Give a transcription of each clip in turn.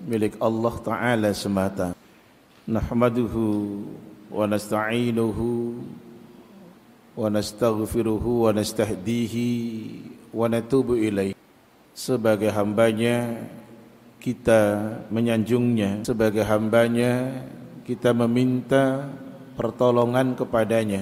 milik Allah Ta'ala semata. Nahmaduhu wa nasta'inuhu wa nastaghfiruhu wa nastahdihi wa natubu ilaih. Sebagai hambanya kita menyanjungnya, sebagai hambanya kita meminta pertolongan kepadanya,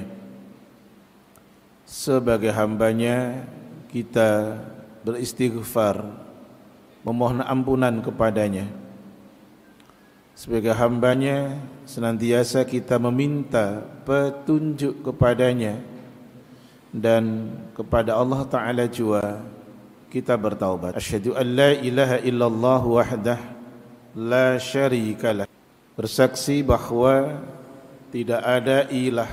sebagai hambanya kita beristighfar, memohon ampunan kepadanya. Sebagai hambanya senantiasa kita meminta petunjuk kepadanya, dan kepada Allah Ta'ala juga kita bertaubat. Asyhadu an la ilaha illallah wahdah la syarikalah. Bersaksi bahwa tidak ada ilah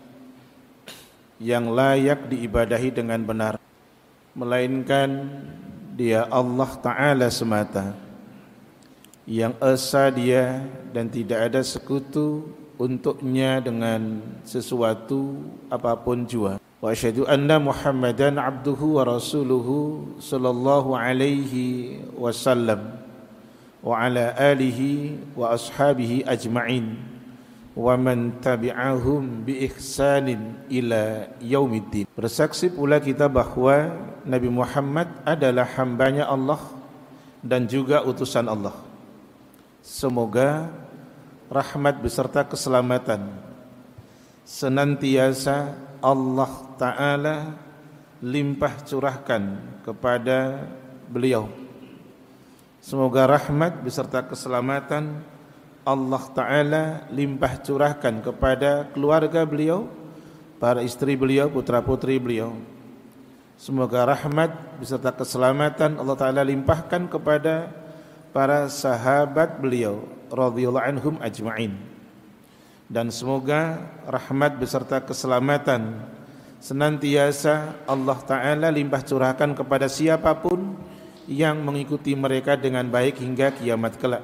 yang layak diibadahi dengan benar melainkan Dia Allah Ta'ala semata, yang esa Dia dan tidak ada sekutu untuknya dengan sesuatu apapun jua. Wa asyhadu anna Muhammadan abduhu wa rasuluhu sallallahu alaihi wasallam wa ala alihi wa ashabihi ajma'in wa man tabi'ahum bi ihsanin ila yaumiddin. Bersaksi pula kita bahwa Nabi Muhammad adalah hambanya Allah dan juga utusan Allah. Semoga rahmat beserta keselamatan senantiasa Allah Ta'ala limpah curahkan kepada beliau. Semoga rahmat beserta keselamatan Allah Ta'ala limpah curahkan kepada keluarga beliau, para istri beliau, putra-putri beliau. Semoga rahmat beserta keselamatan Allah Ta'ala limpahkan kepada para sahabat beliau radhiyallahu anhum ajma'in. Dan semoga rahmat beserta keselamatan senantiasa Allah Ta'ala limpah curahkan kepada siapapun yang mengikuti mereka dengan baik hingga kiamat kelak.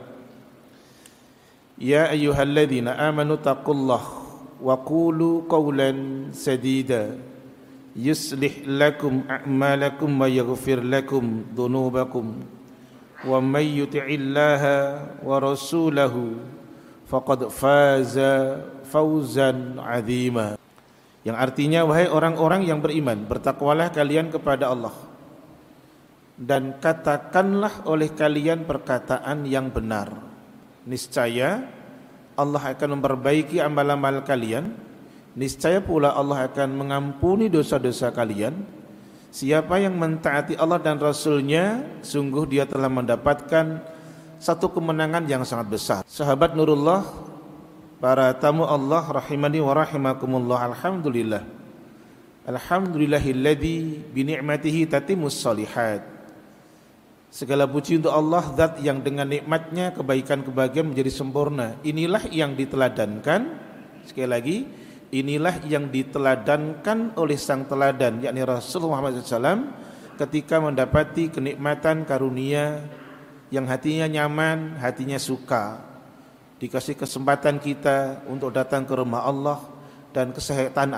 Ya ayyuhalladzina amanu taqullah wa qulu qawlan sadida yuslih lakum a'malakum wa yaghfir lakum dhunubakum wa may yuti'illaha wa rasulahu faqad faza fawzan 'azima. Yang artinya, wahai orang-orang yang beriman, bertakwalah kalian kepada Allah dan katakanlah oleh kalian perkataan yang benar. Niscaya Allah akan memperbaiki amal-amal kalian, niscaya pula Allah akan mengampuni dosa-dosa kalian. Siapa yang mentaati Allah dan Rasulnya, sungguh dia telah mendapatkan satu kemenangan yang sangat besar. Sahabat Nurullah, para tamu Allah rahimani wa rahimakumullah, alhamdulillah. Alhamdulillahilladzi bi ni'matihi tatimmus shalihat. Segala puji untuk Allah, zat yang dengan nikmatnya kebaikan-kebaikan menjadi sempurna. Inilah yang diteladankan, sekali lagi, inilah yang diteladankan oleh sang teladan, yakni Rasulullah Muhammad SAW, ketika mendapati kenikmatan karunia yang hatinya nyaman, hatinya suka, dikasih kesempatan kita untuk datang ke rumah Allah, dan kesehatan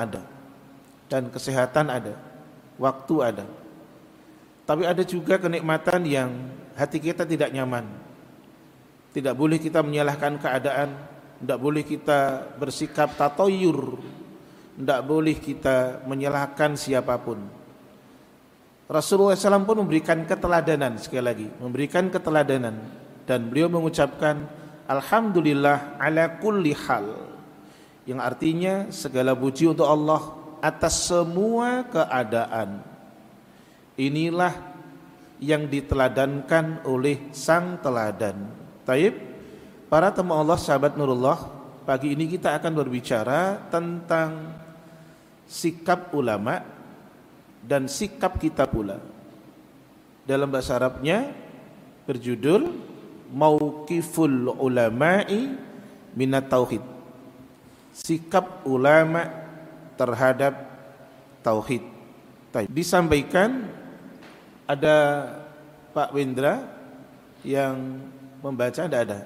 ada, waktu ada. Tapi ada juga kenikmatan yang hati kita tidak nyaman. Tidak boleh kita menyalahkan keadaan, tidak boleh kita bersikap tatoyur, tidak boleh kita menyalahkan siapapun. Rasulullah SAW pun memberikan keteladanan, sekali lagi memberikan keteladanan, dan beliau mengucapkan alhamdulillah ala kulli hal, yang artinya segala puji untuk Allah atas semua keadaan. Inilah yang diteladankan oleh sang teladan. Taib, para tamu Allah, sahabat Nurullah, pagi ini kita akan berbicara tentang sikap ulama dan sikap kita pula. Dalam bahasa Arabnya berjudul Mauqiful Ulama'i Minat Tauhid. Sikap ulama terhadap tauhid. Disampaikan, ada Pak Wendra yang membaca, ada.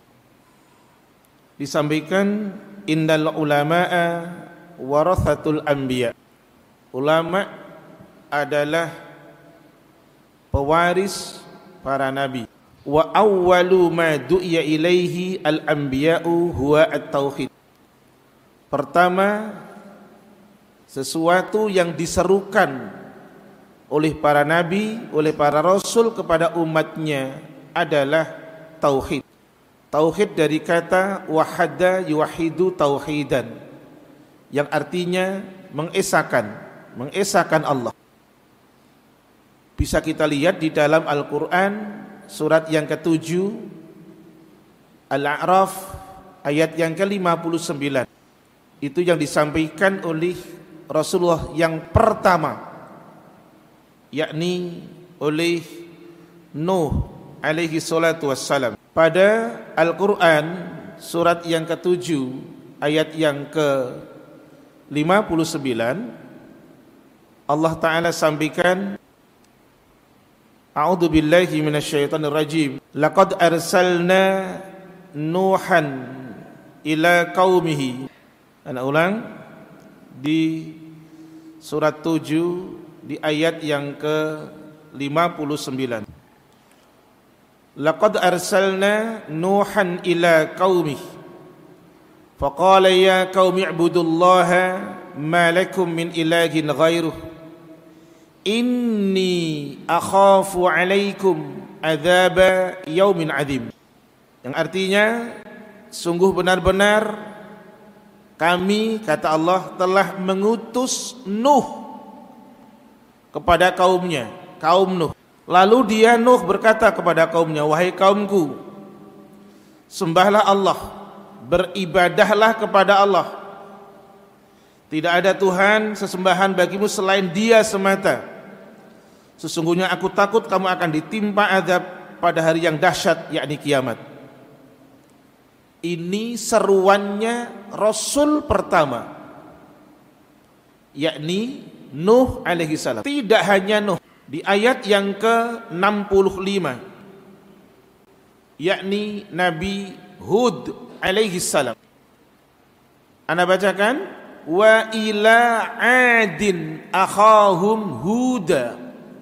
Disampaikan, innal ulama'a warathatul anbiya. Ulama adalah pewaris para nabi. wa awwalu ma du'iya ilaihi al-anbiya'u huwa at-tauhid. Pertama, sesuatu yang diserukan oleh para nabi, oleh para rasul kepada umatnya adalah tauhid. Tauhid dari kata wahada yuwahidu tauhidan, yang artinya mengesahkan Allah. Bisa kita lihat di dalam Al-Quran surat yang ke-7 Al-A'raf ayat yang ke-59. Itu yang disampaikan oleh Rasulullah yang pertama, yakni oleh Nuh alaihi salatu wassalam. Pada Al-Quran surat yang ke-7 ayat yang ke-59 Allah Ta'ala sampaikan, A'udzu billahi minasyaitonir rajim. Laqad arsalna Nuhan ila qaumihi. Ana ulang di surat 7 di ayat yang ke-59. Laqad arsalna Nuhan ila qaumihi faqala ya qaumi ibudullaha ma lakum min ilahin ghairuh inni akhafu alaikum adzaba yaumin adzim. Yang artinya, sungguh benar-benar kami, kata Allah, telah mengutus Nuh kepada kaumnya, kaum Nuh. Lalu dia Nuh berkata kepada kaumnya, wahai kaumku, sembahlah Allah, beribadahlah kepada Allah. Tidak ada Tuhan sesembahan bagimu selain Dia semata. Sesungguhnya aku takut kamu akan ditimpa azab pada hari yang dahsyat, yakni kiamat. Ini seruannya Rasul pertama, yakni Nuh alaihi salam. Tidak hanya Nuh, di ayat yang ke-65, yakni Nabi Hud alaihi salam. Ana bacakan, wa ila adin akhahum huda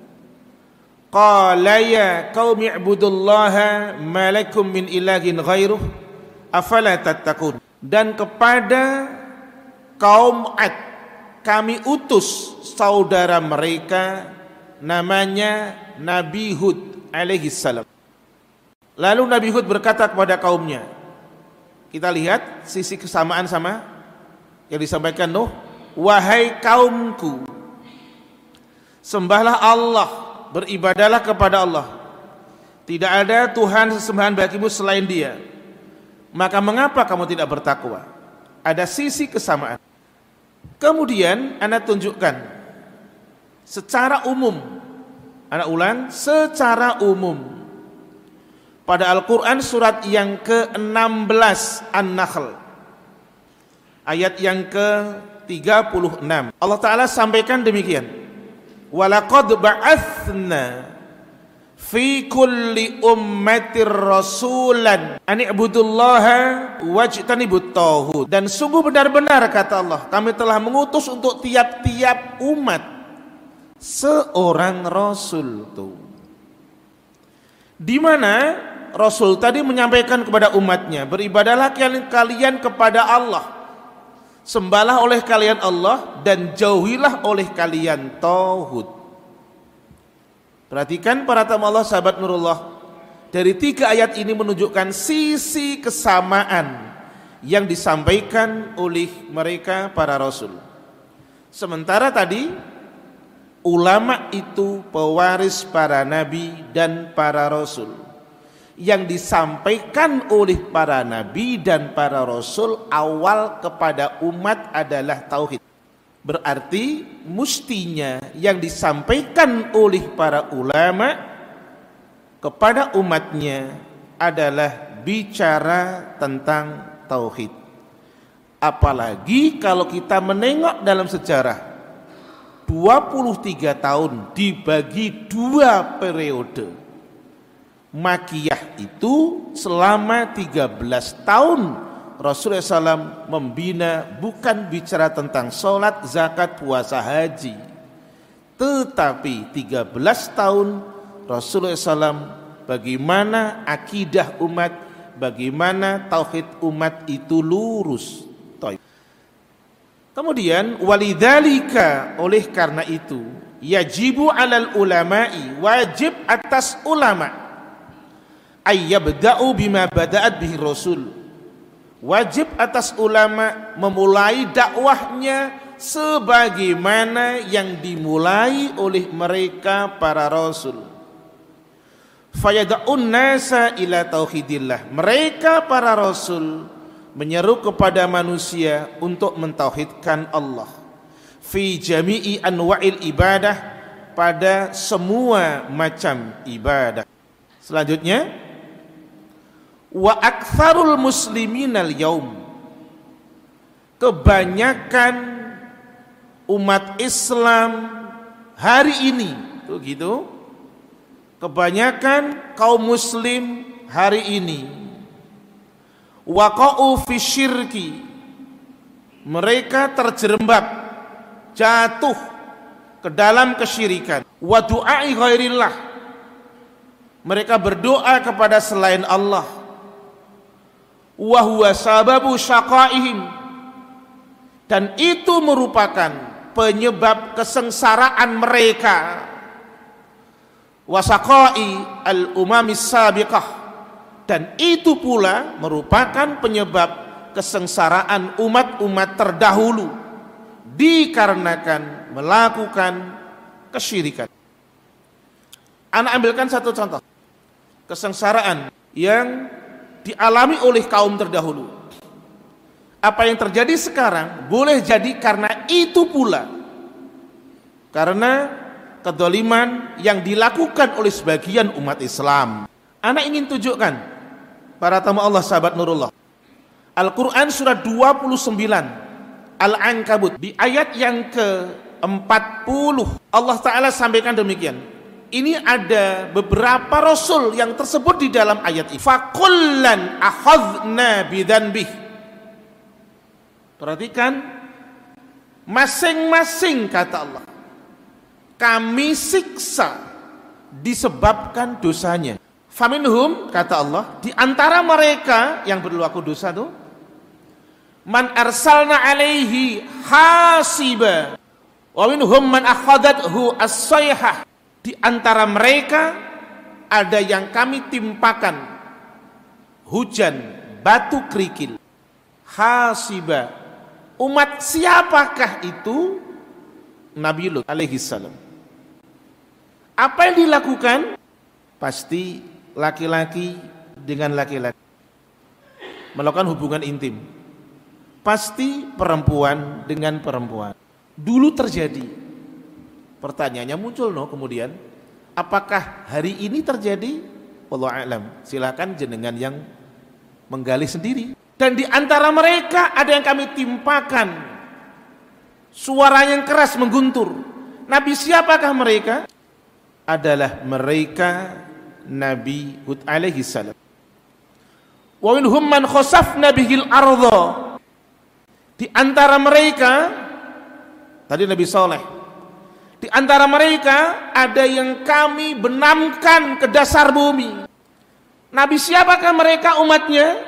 qala ya qaumi ibudullaha ma lakum min ilahin ghairuh afala tattaqun. Dan kepada kaum Ad kami utus saudara mereka namanya Nabi Hud alaihi salam. Lalu Nabi Hud berkata kepada kaumnya, kita lihat sisi kesamaan sama yang disampaikan Nuh, wahai kaumku, sembahlah Allah, beribadalah kepada Allah. Tidak ada Tuhan sesembahan bagimu selain Dia. Maka mengapa kamu tidak bertakwa? Ada sisi kesamaan. Kemudian anak tunjukkan secara umum, anak ulang, secara umum pada Al-Quran surat yang ke-16 An-Nahl ayat yang ke-36 Allah Ta'ala sampaikan demikian, walaqad ba'athna fi kulli ummatir rasulan an i'budullaha wajtanibut taghut. Dan sungguh benar-benar kata Allah, kami telah mengutus untuk tiap-tiap umat seorang rasul. Tuh, di mana rasul tadi menyampaikan kepada umatnya, beribadahlah kalian kepada Allah, sembahlah oleh kalian Allah, dan jauhilah oleh kalian tauhid. Perhatikan para tamu Allah, sahabat Nurullah, dari 3 ayat ini menunjukkan sisi kesamaan yang disampaikan oleh mereka para rasul. Sementara tadi ulama itu pewaris para nabi dan para rasul. Yang disampaikan oleh para nabi dan para rasul awal kepada umat adalah tauhid. Berarti mestinya yang disampaikan oleh para ulama kepada umatnya adalah bicara tentang tauhid. Apalagi kalau kita menengok dalam sejarah, 23 tahun dibagi 2 periode. Makiyah itu selama 13 tahun Rasulullah SAW membina, bukan bicara tentang sholat, zakat, puasa, haji, tetapi 13 tahun Rasulullah SAW bagaimana akidah umat, bagaimana tauhid umat itu lurus. Kemudian walidzalika, oleh karena itu, yajibu 'alal ulama'i, wajib atas ulama, ayyabda'u bima bada'at bihi rasul. Wajib atas ulama memulai dakwahnya sebagaimana yang dimulai oleh mereka para rasul. Fayada'un nasa ila tauhidillah. Mereka para rasul menyeru kepada manusia untuk mentauhidkan Allah fi jami'i anwa'il ibadah, pada semua macam ibadah. Selanjutnya, wa aktsarul musliminal yaum, kebanyakan umat Islam hari ini tuh gitu, kebanyakan kaum muslim hari ini waqa'u fi syirki, mereka terjerembab, jatuh ke dalam kesyirikan, wa du'ai ghairillah, mereka berdoa kepada selain Allah, wa huwa sababu syaqaihim, dan itu merupakan penyebab kesengsaraan mereka, wa saqai al-umamis sabiqah, dan itu pula merupakan penyebab kesengsaraan umat-umat terdahulu dikarenakan melakukan kesyirikan. Anak ambilkan satu contoh kesengsaraan yang dialami oleh kaum terdahulu. Apa yang terjadi sekarang boleh jadi karena itu pula, karena kedzaliman yang dilakukan oleh sebagian umat Islam. Anak ingin tunjukkan para tamu Allah, sahabat Nurullah, Al-Quran surat 29 Al-Ankabut di ayat yang ke-40, Allah Ta'ala sampaikan demikian. Ini ada beberapa rasul yang tersebut di dalam ayat ini. Fakullan akhadna bidzanbih. Perhatikan, masing-masing kata Allah kami siksa disebabkan dosanya. Faminhum, kata Allah, di antara mereka yang berlaku dosa itu, man arsalna alaihi hasiba wa minhum man akhadathu as-sayhah. Di antara mereka ada yang kami timpakan hujan batu kerikil. Hasiba, umat siapakah itu? Nabi Lut alaihi salam. Apa yang dilakukan? Pasti laki-laki dengan laki-laki melakukan hubungan intim, pasti perempuan dengan perempuan. Dulu terjadi. Pertanyaannya muncul kemudian, apakah hari ini terjadi? Wallahu a'lam. Silakan jenengan yang menggali sendiri. Dan di antara mereka ada yang kami timpakan suara yang keras mengguntur. Nabi siapakah mereka? Adalah mereka Nabi Hud alaihi salam. Wa minhum man khasafna bihil ardha. Di antara mereka tadi Nabi Saleh. Di antara mereka ada yang kami benamkan ke dasar bumi. Nabi siapakah mereka? Umatnya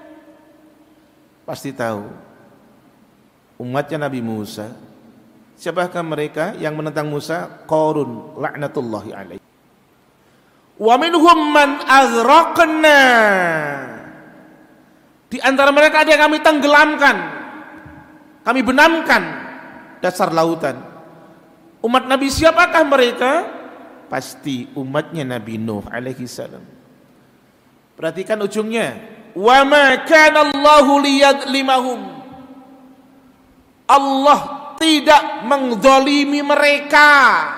pasti tahu. Umatnya Nabi Musa. Siapakah mereka yang menentang Musa? Qarun laknatullahi alaihi. Wa minhum man aghraqna. Di antara mereka ada yang kami tenggelamkan, kami benamkan dasar lautan. Umat Nabi siapakah mereka? Pasti umatnya Nabi Nuh alaihi salam. Perhatikan ujungnya. Wa ma kana Allahu liyadlimahum. Allah tidak menzalimi mereka.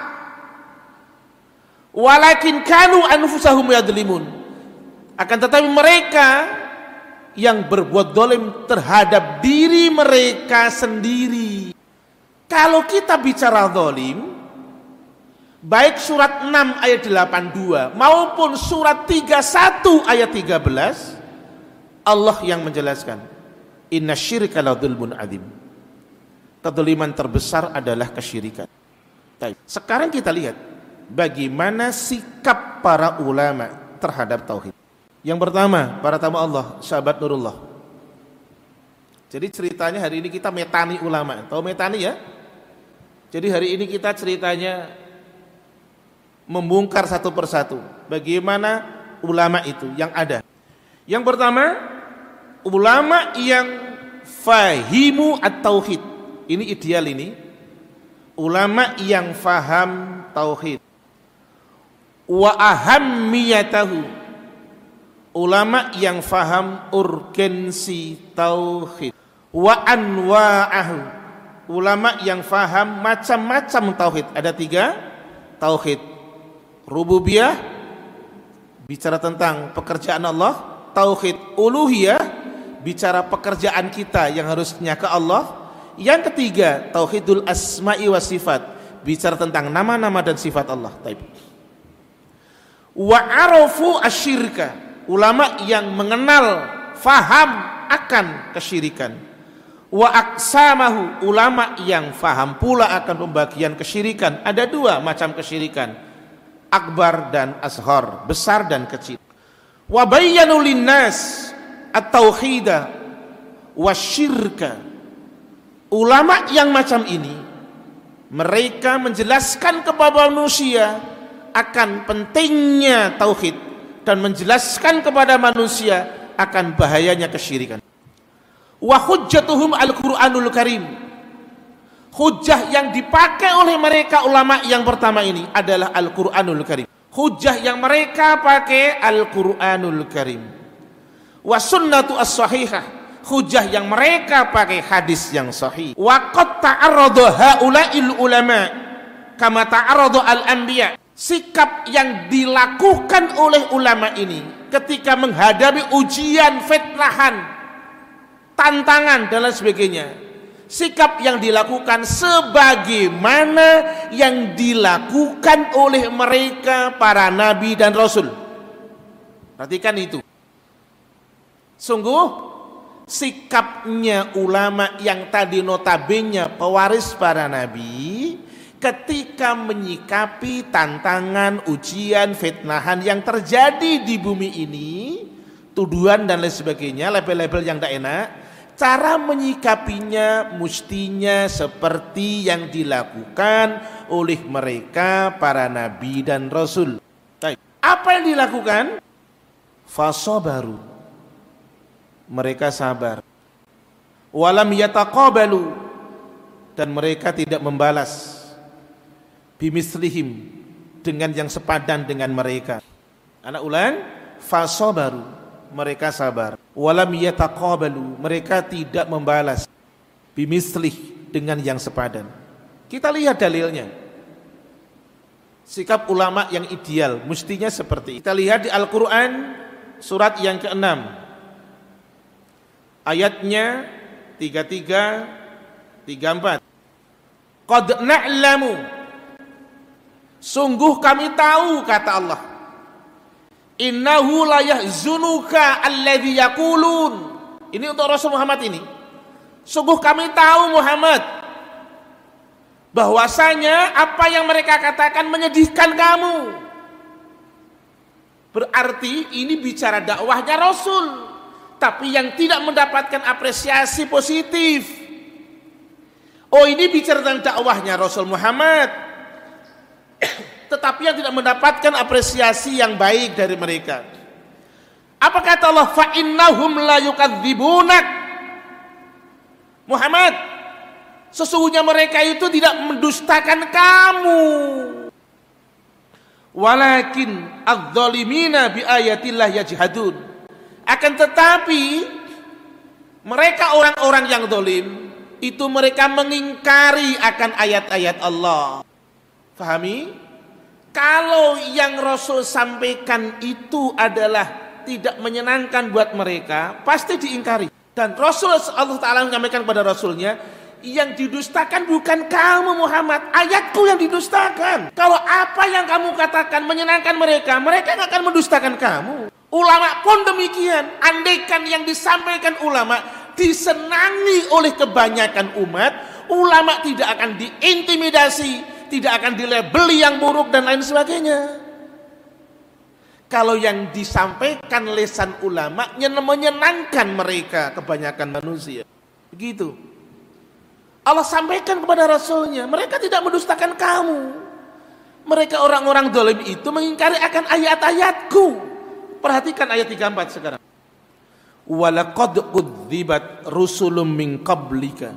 Walakin kanu anfusahum yadlimun. Akan tetapi mereka yang berbuat zalim terhadap diri mereka sendiri. Kalau kita bicara zalim, baik surat 6 ayat 82 maupun surat 31 ayat 13, Allah yang menjelaskan, innasyirka la dzulmun adzim. Kedzaliman terbesar adalah kesyirikan. Sekarang kita lihat bagaimana sikap para ulama terhadap tauhid. Yang pertama, para tamu Allah, sahabat Nurullah. Jadi ceritanya hari ini kita metani ulama. Tahu metani ya? Jadi hari ini kita ceritanya membongkar satu persatu bagaimana ulama itu yang ada. Yang pertama, ulama yang fahimu at-tauhid. Ini ideal ini. Ulama yang faham tauhid. Wa ahammiyatahu. Ulama yang faham urgensi tauhid. Wa anwa'ahu. Ulama yang faham macam-macam tauhid. Ada 3 tauhid. Rububiyah, bicara tentang pekerjaan Allah. Tauhid uluhiyah, bicara pekerjaan kita yang harusnya ke Allah. Yang ketiga, tauhidul asma'i wa sifat, bicara tentang nama-nama dan sifat Allah. Wa arafu asyirka, ulama yang mengenal, faham akan kesyirikan. Wa aqsamahu, ulama yang faham pula akan pembagian kesyirikan. Ada 2 macam kesyirikan, akbar dan ashar, besar dan kecil. Wa bayyanu linnas at-tauhida wasyirka. Ulama yang macam ini, mereka menjelaskan kepada manusia akan pentingnya tauhid dan menjelaskan kepada manusia akan bahayanya kesyirikan. Wa hujjatuhum al-Qur'anul Karim. Hujjah yang dipakai oleh mereka ulama yang pertama ini adalah Al-Qur'anul Karim. Hujjah yang mereka pakai Al-Qur'anul Karim. Wa sunnatu as-sahihah. Hujjah yang mereka pakai hadis yang sahih. Wa qad ta'arrada haula'il ulama kama ta'arrada al-anbiya. Sikap yang dilakukan oleh ulama ini ketika menghadapi ujian, fitnahan, tantangan dan lain sebagainya, sikap yang dilakukan sebagaimana yang dilakukan oleh mereka para nabi dan rasul. Perhatikan itu. Sungguh sikapnya ulama yang tadi notabene pewaris para nabi ketika menyikapi tantangan, ujian, fitnahan yang terjadi di bumi ini, tuduhan dan lain sebagainya, label-label yang tidak enak, cara menyikapinya mestinya seperti yang dilakukan oleh mereka para nabi dan rasul. Apa yang dilakukan? Fasabaru, mereka sabar. Walam yataqabalu, dan mereka tidak membalas. Bimislihim, dengan yang sepadan dengan mereka. Anak ulang, fasabaru, mereka sabar. Walam yataqabalu, mereka tidak membalas. Bimislih, dengan yang sepadan. Kita lihat dalilnya. Sikap ulama yang ideal mestinya seperti. Kita lihat di Al-Qur'an surat yang ke-6. Ayatnya 33, 34. Qad na'lamu, sungguh kami tahu, kata Allah, innahu la yahzunuka alladzi yaqulun. Ini untuk Rasul Muhammad ini. Sungguh kami tahu Muhammad, bahwasanya apa yang mereka katakan menyedihkan kamu. Berarti ini bicara dakwahnya Rasul, tapi yang tidak mendapatkan apresiasi positif. Oh, ini bicara tentang dakwahnya Rasul Muhammad, tetapi yang tidak mendapatkan apresiasi yang baik dari mereka. Apa kata Allah? Fa innahum la yukadzibunak. Muhammad, sesungguhnya mereka itu tidak mendustakan kamu. Walakin adz-dzalimina bi ayatillah yajhadun. Akan tetapi mereka orang-orang yang zalim itu mereka mengingkari akan ayat-ayat Allah. Fahami? Kalau yang Rasul sampaikan itu adalah tidak menyenangkan buat mereka, pasti diingkari. Dan Rasul Allah Ta'ala menyampaikan kepada Rasulnya, yang didustakan bukan kamu Muhammad, ayatku yang didustakan. Kalau apa yang kamu katakan menyenangkan mereka, mereka tidak akan mendustakan kamu. Ulama pun demikian. Andaikan yang disampaikan ulama disenangi oleh kebanyakan umat, ulama tidak akan diintimidasi, tidak akan dilabeli yang buruk dan lain sebagainya. Kalau yang disampaikan lisan ulama menyenangkan mereka, kebanyakan manusia. Begitu. Allah sampaikan kepada Rasulnya, mereka tidak mendustakan kamu. Mereka orang-orang zalim itu mengingkari akan ayat-ayatku. Perhatikan ayat 34 sekarang. Walaqad kudzibat rusulun min qablika.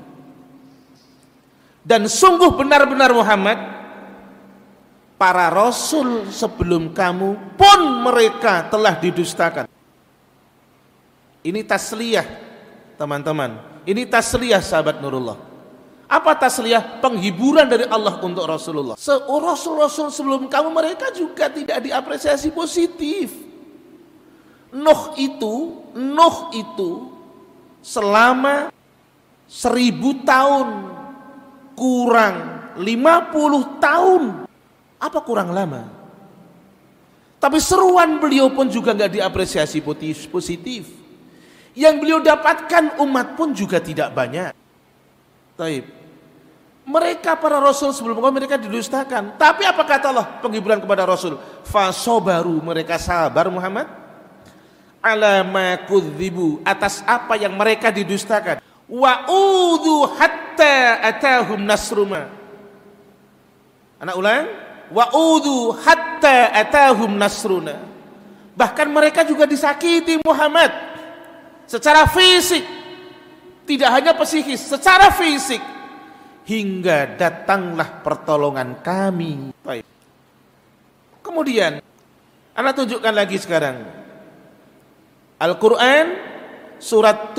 Dan sungguh benar-benar Muhammad, para rasul sebelum kamu pun mereka telah didustakan. Ini tasliyah, teman-teman. Ini tasliyah sahabat Nurullah. Apa tasliyah? Penghiburan dari Allah untuk Rasulullah. Rasul-rasul sebelum kamu mereka juga tidak diapresiasi positif. Nuh itu selama 1000 tahun kurang 50 tahun. Apa kurang lama? Tapi seruan beliau pun juga nggak diapresiasi positif. Yang beliau dapatkan umat pun juga tidak banyak. Taib. Mereka para rasul sebelum mereka didustakan. Tapi apa kata Allah penghiburan kepada Rasul? Fasobaru, mereka sabar Muhammad. Ala ma kudzibu, atas apa yang mereka didustakan. Wa udhu hatta atahum nasruna. Anak ulang. Wa udhu hatta atahum nasruna. Bahkan mereka juga disakiti Muhammad secara fisik, tidak hanya psikis, secara fisik, hingga datanglah pertolongan kami. Baik. Kemudian Anda tunjukkan lagi sekarang Al-Quran surat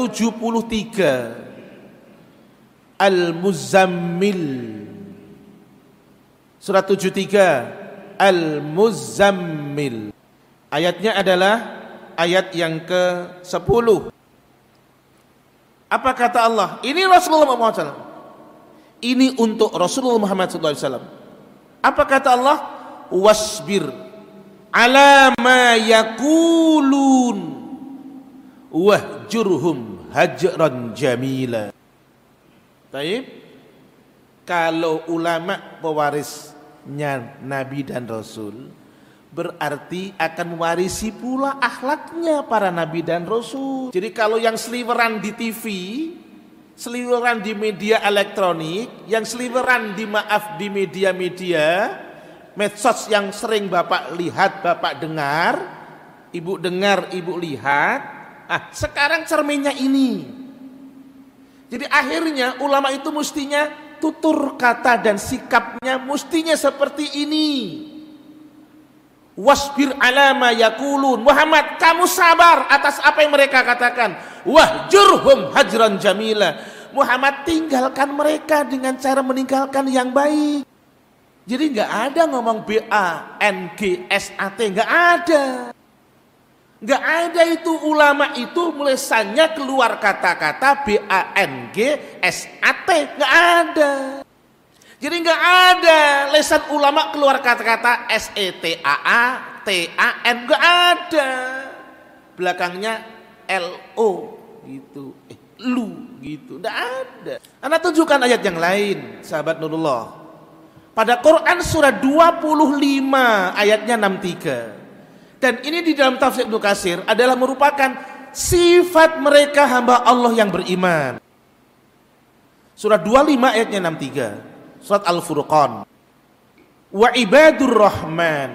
73 Al-Muzammil. Surat 73 Al-Muzammil. Ayatnya adalah ayat yang ke-10. Apa kata Allah? Ini Rasulullah Muhammad SAW. Ini untuk Rasulullah Muhammad SAW. Apa kata Allah? Wasbir ala ma yakulun wahjurhum hajran jamila. Baik. Kalau ulama pewarisnya Nabi dan Rasul, berarti akan mewarisi pula akhlaknya para Nabi dan Rasul. Jadi kalau yang seliweran di TV, seliweran di media elektronik, yang seliweran di media-media medsos yang sering Bapak lihat, Bapak dengar, Ibu lihat, sekarang cerminnya ini. Jadi akhirnya ulama itu mestinya tutur kata dan sikapnya mestinya seperti ini. Wasbir ala ma yakulun. Muhammad, kamu sabar atas apa yang mereka katakan. Wahjurhum hajran jamila. Muhammad, tinggalkan mereka dengan cara meninggalkan yang baik. Jadi enggak ada ngomong BANGSAT, enggak ada. Enggak ada itu ulama itu tulisannya keluar kata-kata BANGSAT, enggak ada. Jadi enggak ada lisan ulama keluar kata-kata SETAATAN, enggak ada. Belakangnya LO gitu, lu gitu, enggak ada. Anda tunjukkan ayat yang lain, sahabat Nurullah. Pada Quran surah 25 ayatnya 63. Dan ini di dalam tafsir Ibnu Katsir adalah merupakan sifat mereka hamba Allah yang beriman. Surah 25 ayatnya 63. Surat Al-Furqan. Wa ibadur rahman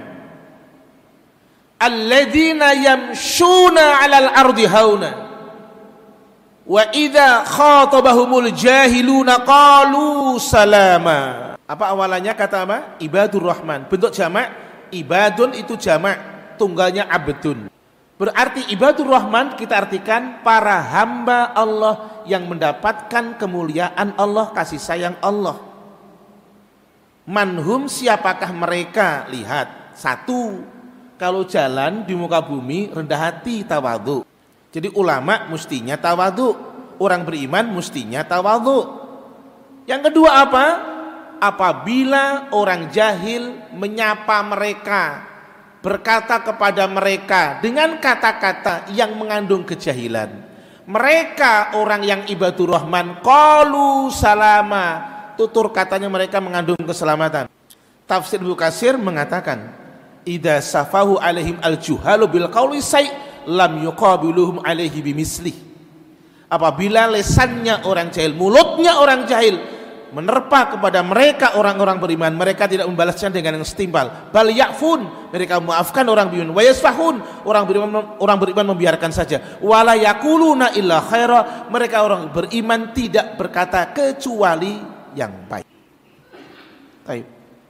alladzina yamshuna 'alal ardi hauna wa idza khatabahumul jahiluna qalu salama. Apa awalannya kata apa? Ibadur rahman. Bentuk jamak, ibadun itu jamak, tunggalnya abdun. Berarti ibadur rahman kita artikan para hamba Allah yang mendapatkan kemuliaan Allah, kasih sayang Allah. Manhum, siapakah mereka? Lihat, satu, kalau jalan di muka bumi rendah hati, tawadhu. Jadi ulama mestinya tawadhu, orang beriman mestinya tawadhu. Yang kedua apa? Apabila orang jahil menyapa mereka, berkata kepada mereka dengan kata-kata yang mengandung kejahilan, mereka orang yang ibadur rahman qalu salama, tutur katanya mereka mengandung keselamatan. Tafsir Ibnu Katsir mengatakan idza safahu alaihim al-juhalu bil qauli say lam yuqabiluhum alaihi bimisli. Apabila lesannya orang jahil, mulutnya orang jahil menerpa kepada mereka orang-orang beriman, mereka tidak membalasnya dengan yang setimpal. Bal ya'fun, mereka memaafkan orang beriman. Wa yasfahun, orang beriman membiarkan saja. Wala yaquluna illa khaira, mereka orang beriman tidak berkata kecuali yang baik. Baik.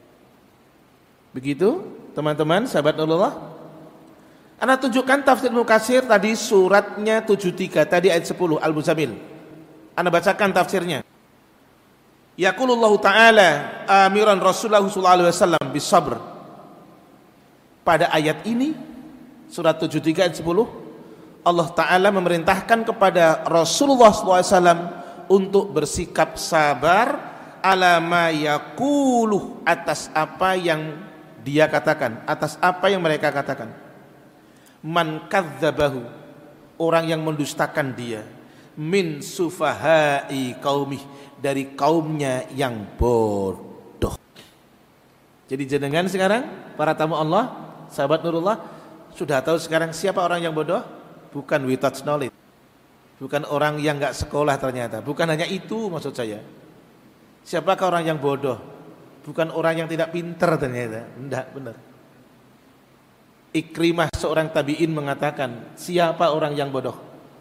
Begitu teman-teman sahabat Allah. Ana tunjukkan tafsir Ibnu Katsir tadi suratnya 73 tadi ayat 10 Al-Muzammil. Ana bacakan tafsirnya. Yaqulullahu ta'ala amiran Rasulullah sallallahu alaihi wasallam bisabr. Pada ayat ini surat 73 ayat 10 Allah Ta'ala memerintahkan kepada Rasulullah sallallahu alaihi wasallam untuk bersikap sabar ala ma yaquluh, atas apa yang dia katakan, atas apa yang mereka katakan. Man kadzabahu, orang yang mendustakan dia, min sufahai qaumih, dari kaumnya yang bodoh. Jadi jenengan sekarang para tamu Allah, sahabat Nurullah, sudah tahu sekarang siapa orang yang bodoh? Bukan without knowledge, bukan orang yang enggak sekolah ternyata, bukan hanya itu maksud saya. Siapakah orang yang bodoh? Bukan orang yang tidak pintar ternyata, enggak, benar. Ikrimah seorang tabi'in mengatakan, siapa orang yang bodoh?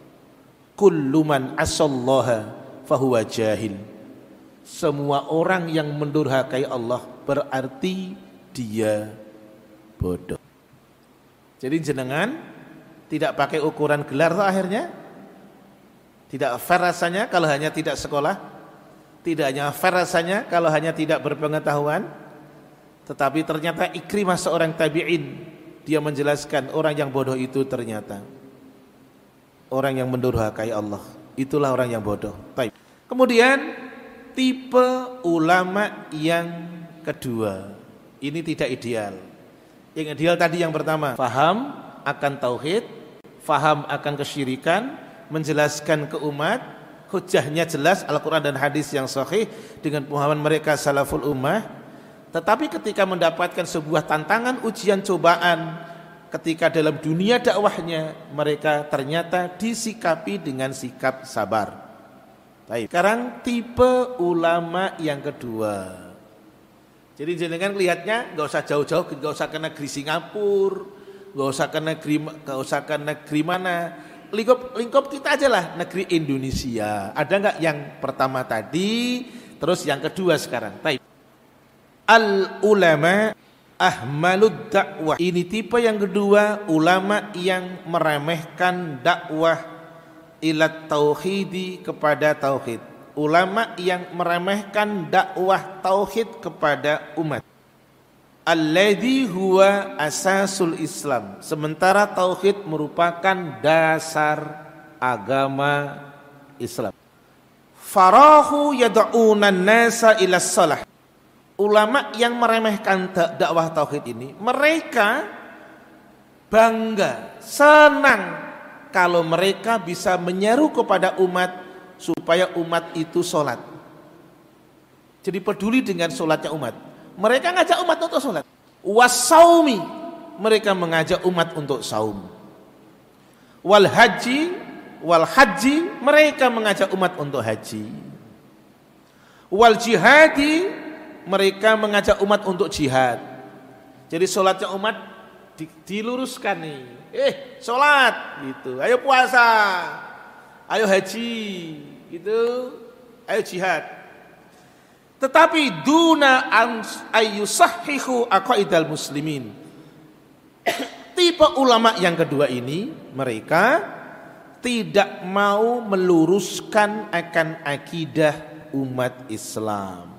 Kullu man asallaha fahuwa jahil. Semua orang yang mendurhakai Allah berarti dia bodoh. Jadi jenengan tidak pakai ukuran gelar toh akhirnya. Tidak fair rasanya kalau hanya tidak sekolah. Tidak hanya fair rasanya kalau hanya tidak berpengetahuan. Tetapi ternyata Ikrimah seorang tabi'in, dia menjelaskan orang yang bodoh itu ternyata orang yang mendurhakai Allah. Itulah orang yang bodoh. Baik. Kemudian tipe ulama yang kedua, ini tidak ideal. Yang ideal tadi yang pertama, faham akan tauhid, faham akan kesyirikan, menjelaskan ke umat, hujahnya jelas Al-Quran dan hadis yang sahih dengan pemahaman mereka salaful ummah. Tetapi ketika mendapatkan sebuah tantangan, ujian, cobaan, ketika dalam dunia dakwahnya, mereka ternyata disikapi dengan sikap sabar. Baik. Sekarang tipe ulama yang kedua. Jadi jenengan lihatnya nggak usah jauh-jauh, nggak usah ke negeri Singapura, nggak usah ke negeri mana. Lingkup kita aja lah, negeri Indonesia. Ada nggak yang pertama tadi, terus yang kedua sekarang? Baik. Al-ulama ahmalud dakwah. Ini tipe yang kedua, ulama yang meremehkan dakwah ila tauhidi, kepada tauhid. Ulama yang meremehkan dakwah tauhid kepada umat. Alladzi huwa asasul Islam. Sementara tauhid merupakan dasar agama Islam. Farahu yad'una an-nasa ila shalah. Ulama yang meremehkan dakwah tauhid ini, mereka bangga, senang kalau mereka bisa menyeru kepada umat supaya umat itu sholat. Jadi peduli dengan sholatnya umat. Mereka ngajak umat untuk sholat. Wasaumi, mereka mengajak umat untuk saum. Wal haji, mereka mengajak umat untuk haji. Wal jihadi, mereka mengajak umat untuk jihad. Jadi sholatnya umat diluruskan nih. Sholat gitu. Ayo puasa, ayo haji gitu, ayo jihad. Tetapi duna ayyusahhihu aqaidal muslimin. Tipe ulama yang kedua ini, mereka tidak mau meluruskan akan akidah umat Islam.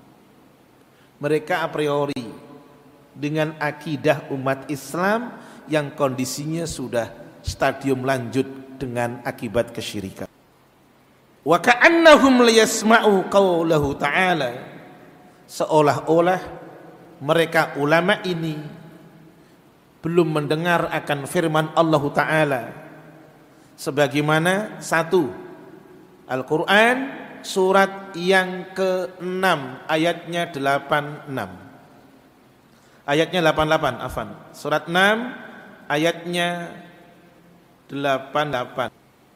Mereka a priori dengan akidah umat Islam yang kondisinya sudah stadium lanjut dengan akibat kesyirikan. Wa ka'annahum liyasma'u qaulahu ta'ala, seolah-olah mereka ulama ini belum mendengar akan firman Allah Ta'ala. Sebagaimana satu, Al-Quran surat yang ke-6 ayatnya 86. Ayatnya 88, afan. Surat 6 ayatnya 88.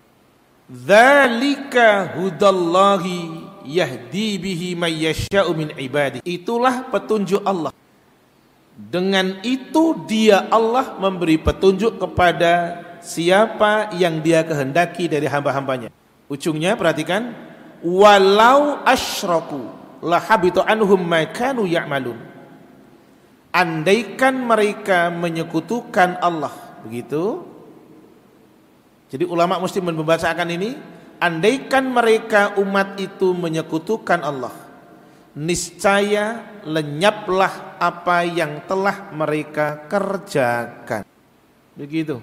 Dzalika hudallahi yahdi bihi may yasha'u min ibadi. Itulah petunjuk Allah. Dengan itu dia Allah memberi petunjuk kepada siapa yang dia kehendaki dari hamba-hambanya. Ujungnya perhatikan, walau asyraku la habitu anhum ma kanu ya'malun. Andaikan mereka menyekutukan Allah, begitu. Jadi ulama muslim membacakan ini, andaikan mereka umat itu menyekutukan Allah, niscaya lenyaplah apa yang telah mereka kerjakan. Begitu.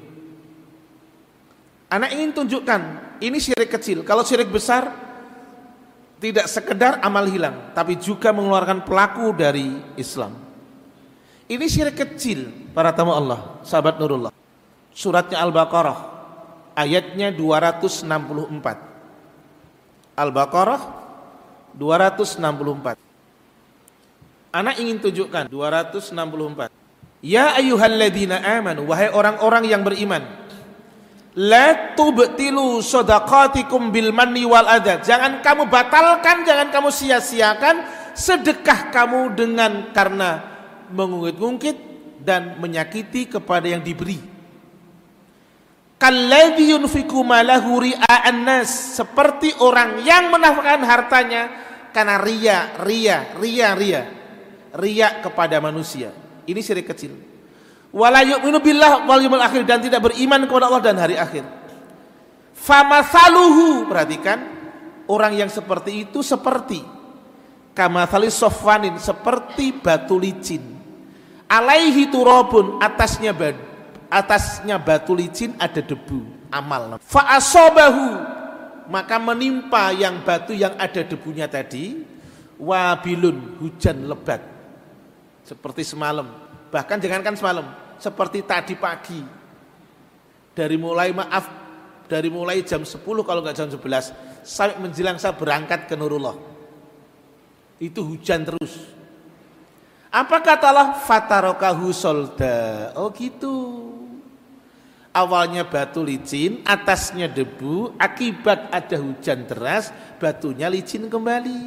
Anak ingin tunjukkan, ini syirik kecil. Kalau syirik besar, tidak sekedar amal hilang, tapi juga mengeluarkan pelaku dari Islam. Ini syirik kecil, para tamu Allah, sahabat Nurullah. Suratnya Al-Baqarah, ayatnya 264. Al-Baqarah 264. Anak ingin tunjukkan 264. Ya ayyuhalladzina amanu, wahai orang-orang yang beriman, la tubtilu shadaqatikum bil manni wal adha. Jangan kamu batalkan, jangan kamu sia-siakan sedekah kamu dengan karena mengungkit-ungkit dan menyakiti kepada yang diberi. Kalladzi yunfiqu malahu ria'an nas, seperti orang yang menafkahkan hartanya karena ria kepada manusia. Ini syirik kecil. Wala yu'minu billah wal yawmil akhir, dan tidak beriman kepada Allah dan hari akhir. Famathaluhu, perhatikan, orang yang seperti itu seperti kamathali sofwanin, seperti batu licin. Alaihi turabun, atasnya batu licin ada debu, amal. Fa asabahu, maka menimpa yang batu yang ada debunya tadi, wabilun, hujan lebat. Seperti semalam, bahkan jangankan semalam, seperti tadi pagi. Dari mulai jam 10 kalau enggak jam 11 sampai menjelang saya berangkat ke Nurullah. Itu hujan terus. Apa kata Allah? Fatarokahu solda. Oh gitu. Awalnya batu licin, atasnya debu, akibat ada hujan deras, batunya licin kembali.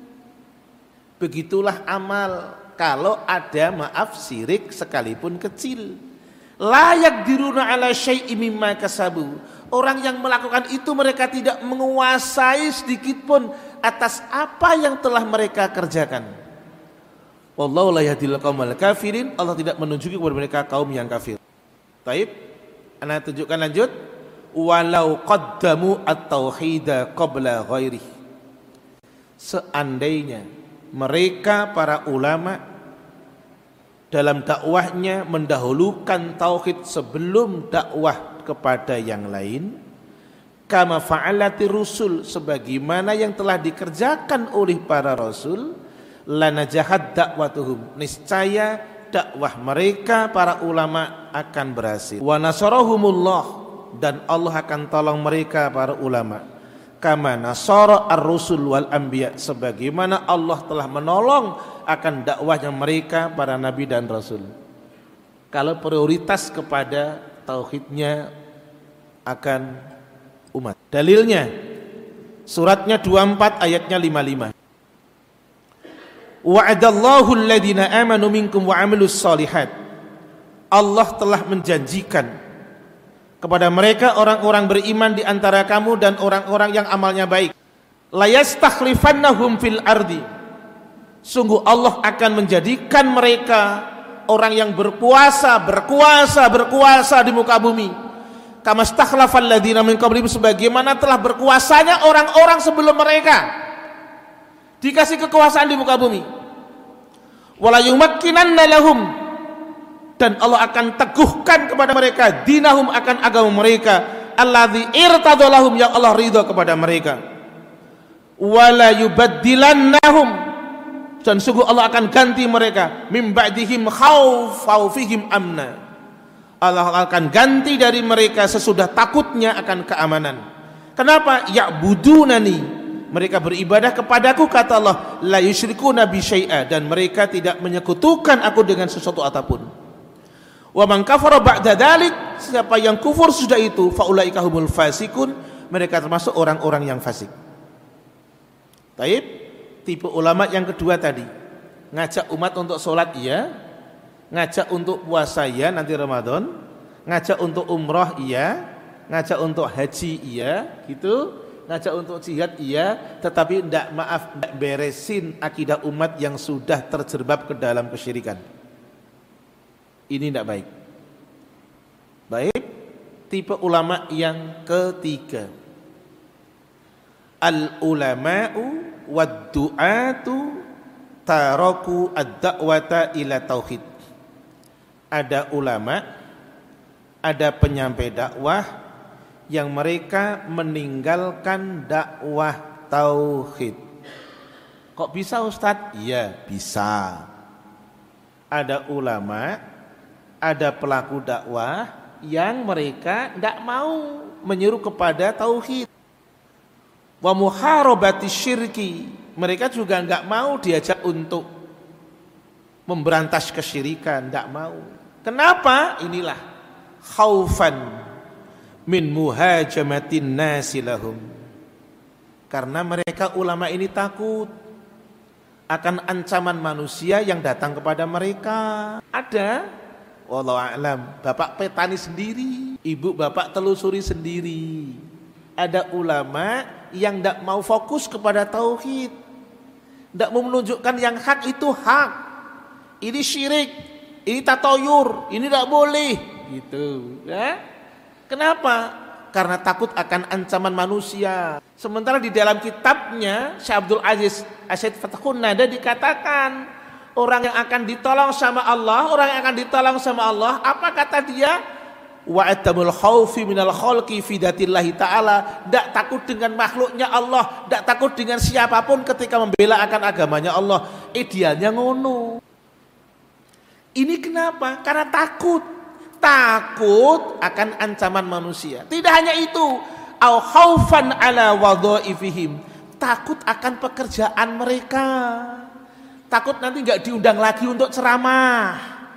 Begitulah amal. Kalau ada maaf syirik sekalipun kecil. Layak diruna ala syai'im mimma kasabu. Orang yang melakukan itu mereka tidak menguasai sedikit pun atas apa yang telah mereka kerjakan. Wallahu la yahdil qaumal kafirin. Allah tidak menunjuki kepada mereka kaum yang kafir. Taib, ana tunjukkan lanjut. Walau qaddamu at-tauhida qabla ghairi. Seandainya mereka para ulama dalam dakwahnya mendahulukan tauhid sebelum dakwah kepada yang lain, kama fa'alati rusul, sebagaimana yang telah dikerjakan oleh para rasul, lanajahat dakwatuhum, niscaya dakwah mereka para ulama akan berhasil. Wa nasarahumullah, dan Allah akan tolong mereka para ulama. Kama nasara ar-rusul wal anbiya, sebagaimana Allah telah menolong akan dakwahnya mereka para nabi dan rasul. Kalau prioritas kepada tauhidnya akan umat. Dalilnya suratnya 24 ayatnya 55. Wa'adallahu alladhina amanu minkum wa 'amilus shalihat. Allah telah menjanjikan kepada mereka orang-orang beriman di antara kamu dan orang-orang yang amalnya baik. La yastakhlifannahum fil ardi. Sungguh Allah akan menjadikan mereka orang yang berkuasa di muka bumi. Kama stakhlafal ladzina min qablihim, sebagaimana telah berkuasanya orang-orang sebelum mereka. Dikasih kekuasaan di muka bumi. Wala yumakkinanna lahum, dan Allah akan teguhkan kepada mereka dinahum, akan agama mereka, alladzi irtadalahum, yang Allah ridha kepada mereka. Wala yubaddilannahum, dan sungguh Allah akan ganti mereka min ba'dihim khawfihim amna. Allah akan ganti dari mereka sesudah takutnya akan keamanan. Kenapa? Ya'budunani mereka beribadah kepadaku, kata Allah, la yusyrikuna bi syai'a, dan mereka tidak menyekutukan aku dengan sesuatu apapun. Wa man kafara ba'da dzalik, siapa yang kufur sudah itu, faulaika humul fasikun, mereka termasuk orang-orang yang fasik. Taib, tipe ulama yang kedua tadi, ngajak umat untuk sholat iya, ngajak untuk puasa iya nanti Ramadan, ngajak untuk umrah iya, ngajak untuk haji iya, gitu, ngajak untuk jihad iya, tetapi ndak beresin akidah umat yang sudah terjerembab ke dalam kesyirikan. Ini tidak baik. Baik, tipe ulama yang ketiga, al-ulama'u wad-du'atu taraku ad-da'wata ila tauhid. Ada ulama, ada penyampai dakwah yang mereka meninggalkan dakwah tauhid. Kok bisa Ustadz? Iya, bisa. Ada ulama, ada pelaku dakwah yang mereka tidak mau menyeru kepada tauhid. Wa muharabati syirki, mereka juga enggak mau diajak untuk memberantas kesyirikan, enggak mau. Kenapa? Inilah khaufan min muhajamatin nasi lahum. Karena mereka ulama ini takut akan ancaman manusia yang datang kepada mereka. Ada, wallahu a'lam, bapak petani sendiri, ibu bapak telusuri sendiri. Ada ulama yang tidak mau fokus kepada tauhid, tidak mau menunjukkan yang hak itu hak, ini syirik, ini tatoyur, ini tidak boleh, gitu. Ya? Kenapa? Karena takut akan ancaman manusia. Sementara di dalam kitabnya Syekh Abdul Aziz Asyid Fathun Nada dikatakan, orang yang akan ditolong sama Allah, orang yang akan ditolong sama Allah, apa kata dia? Wa atamul khaufi minal khalqi fi dzatillahi ta'ala, tidak takut dengan makhluknya Allah, tidak takut dengan siapapun ketika membela akan agamanya Allah. Idealnya ngono. Ini kenapa? Karena takut akan ancaman manusia. Tidak hanya itu, au khaufan ala wadhaifihim, takut akan pekerjaan mereka. Takut nanti enggak diundang lagi untuk ceramah.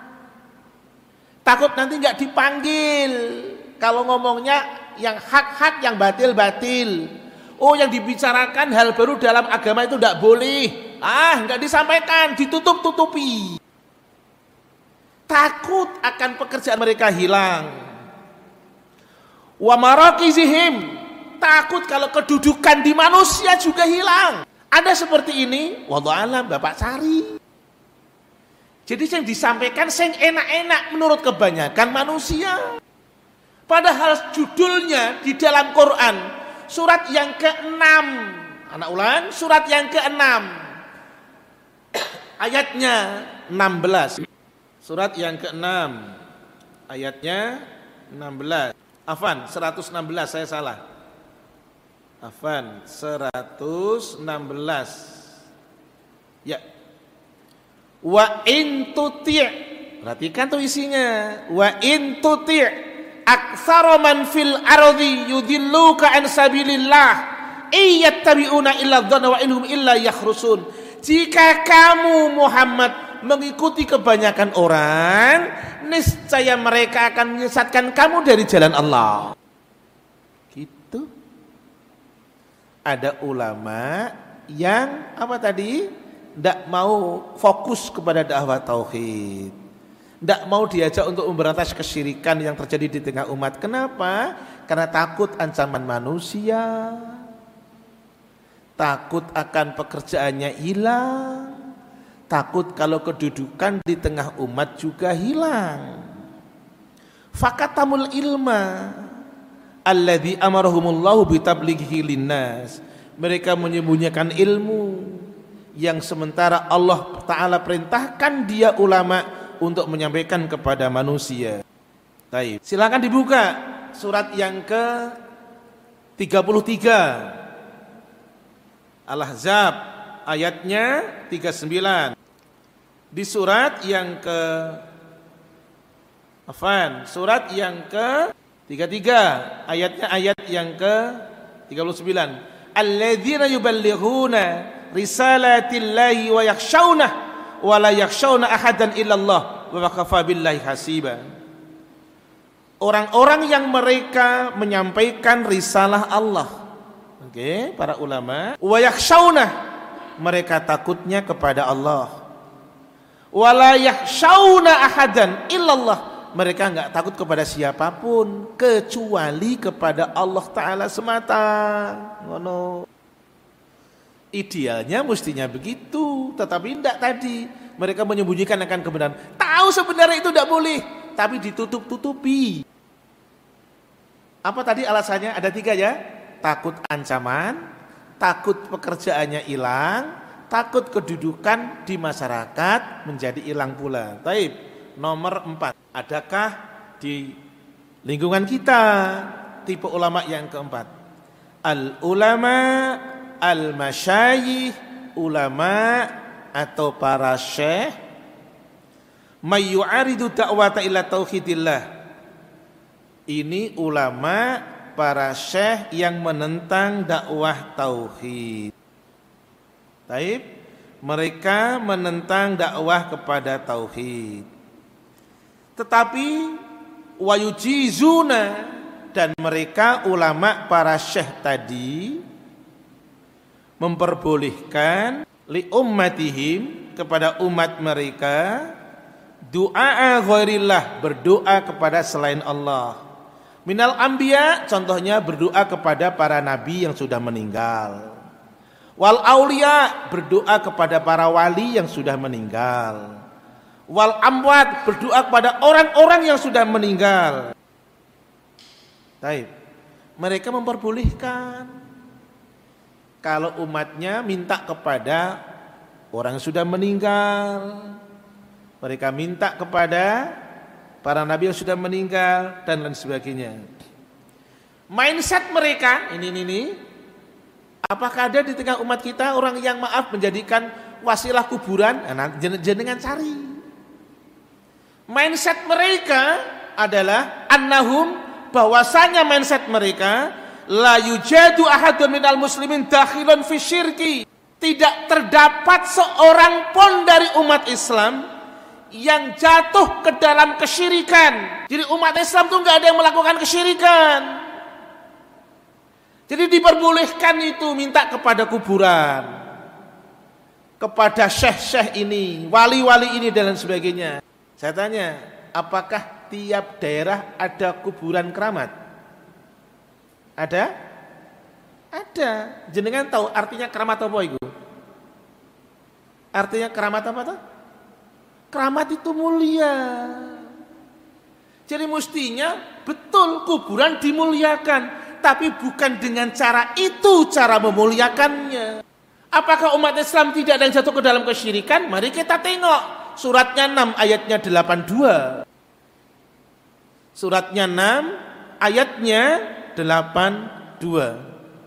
Takut nanti enggak dipanggil kalau ngomongnya yang hak-hak, yang batil-batil. Oh, yang dibicarakan hal baru dalam agama itu enggak boleh. Enggak disampaikan, ditutup-tutupi. Takut akan pekerjaan mereka hilang. Wa marakizihim, takut kalau kedudukan di manusia juga hilang. Ada seperti ini, wallahu alam, Bapak cari. Jadi yang disampaikan sing enak-enak menurut kebanyakan manusia. Padahal judulnya di dalam Quran surat yang ke-6. Anak ulang, surat yang ke-6. Ayatnya 16. Surat yang ke-6 ayatnya 16. Afwan, 116, saya salah. Afwan, 116. Ya. Wa in tuti'. Perhatikan tuh isinya. Wa in tuti' aktsara man fil ardi yudilluka an sabilillah iyattabi'una illa dhanna wa inhum illa yakhrusun. Jika kamu Muhammad mengikuti kebanyakan orang, niscaya mereka akan menyesatkan kamu dari jalan Allah. Gitu. Ada ulama yang apa tadi? Tidak mau fokus kepada dakwah tauhid, tidak mau diajak untuk memberantas kesyirikan yang terjadi di tengah umat. Kenapa? Karena takut ancaman manusia, takut akan pekerjaannya hilang, takut kalau kedudukan di tengah umat juga hilang. Fakatamul ilma alladzi amarahumullahu bitablighihi linnas. Mereka menyembunyikan ilmu yang sementara Allah Ta'ala perintahkan dia ulama untuk menyampaikan kepada manusia. Baik, silakan dibuka surat yang ke-33 Al-Ahzab ayatnya 39. Di surat yang surat yang ke-33 ayatnya ayat yang ke-39. alladzina yuballighuna risalatillahi wa yakhshawna wa la yakhshawna ahadan illallah wa kafa billahi hasiba. Orang-orang yang mereka menyampaikan risalah Allah. Oke, para ulama, wa yakhshawna, mereka takutnya kepada Allah. Wa la yakhshawna ahadan illallah, mereka enggak takut kepada siapapun kecuali kepada Allah Ta'ala semata. Ngono. Idealnya mestinya begitu, tetapi tidak tadi. Mereka menyembunyikan akan kebenaran. Tahu sebenarnya itu tidak boleh, tapi ditutup-tutupi. Apa tadi alasannya? Ada 3 ya. Takut ancaman, takut pekerjaannya hilang, takut kedudukan di masyarakat menjadi hilang pula. Taib. Nomor 4. Adakah di lingkungan kita tipe ulama yang keempat? Al-ulama, al-masyayikh, ulama atau para syekh mayyu'aridu da'wata ila tauhidillah. Ini ulama, para syekh yang menentang dakwah tauhid. Taib, mereka menentang dakwah kepada tauhid. Tetapi wayujizuna, dan mereka ulama para syekh tadi memperbolehkan li ummatihim, kepada umat mereka, du'a ghairillah, berdoa kepada selain Allah. Minal anbiya, contohnya berdoa kepada para nabi yang sudah meninggal. Wal auliya, berdoa kepada para wali yang sudah meninggal. Wal amwat, berdoa kepada orang-orang yang sudah meninggal. Baik. Mereka memperbolehkan kalau umatnya minta kepada orang yang sudah meninggal, mereka minta kepada para nabi yang sudah meninggal dan lain sebagainya. Mindset mereka ini apakah ada di tengah umat kita orang yang maaf menjadikan wasilah kuburan? Nah, jenengan cari. Mindset mereka adalah annahum, bahwasanya mindset mereka la yujadu ahadun minal muslimin dakhilun fi syirki. Tidak terdapat seorang pun dari umat Islam yang jatuh ke dalam kesyirikan. Jadi umat Islam itu enggak ada yang melakukan kesyirikan. Jadi diperbolehkan itu minta kepada kuburan, kepada syekh-syekh ini, wali-wali ini dan lain sebagainya. Saya tanya, apakah tiap daerah ada kuburan keramat? Ada? Ada. Jenengan tahu artinya keramat apa itu? Artinya keramat apa tuh? Keramat itu mulia. Jadi mestinya betul kuburan dimuliakan, tapi bukan dengan cara itu cara memuliakannya. Apakah umat Islam tidak ada yang jatuh ke dalam kesyirikan? Mari kita tengok suratnya 6 ayatnya 82. Suratnya 6 ayatnya 82.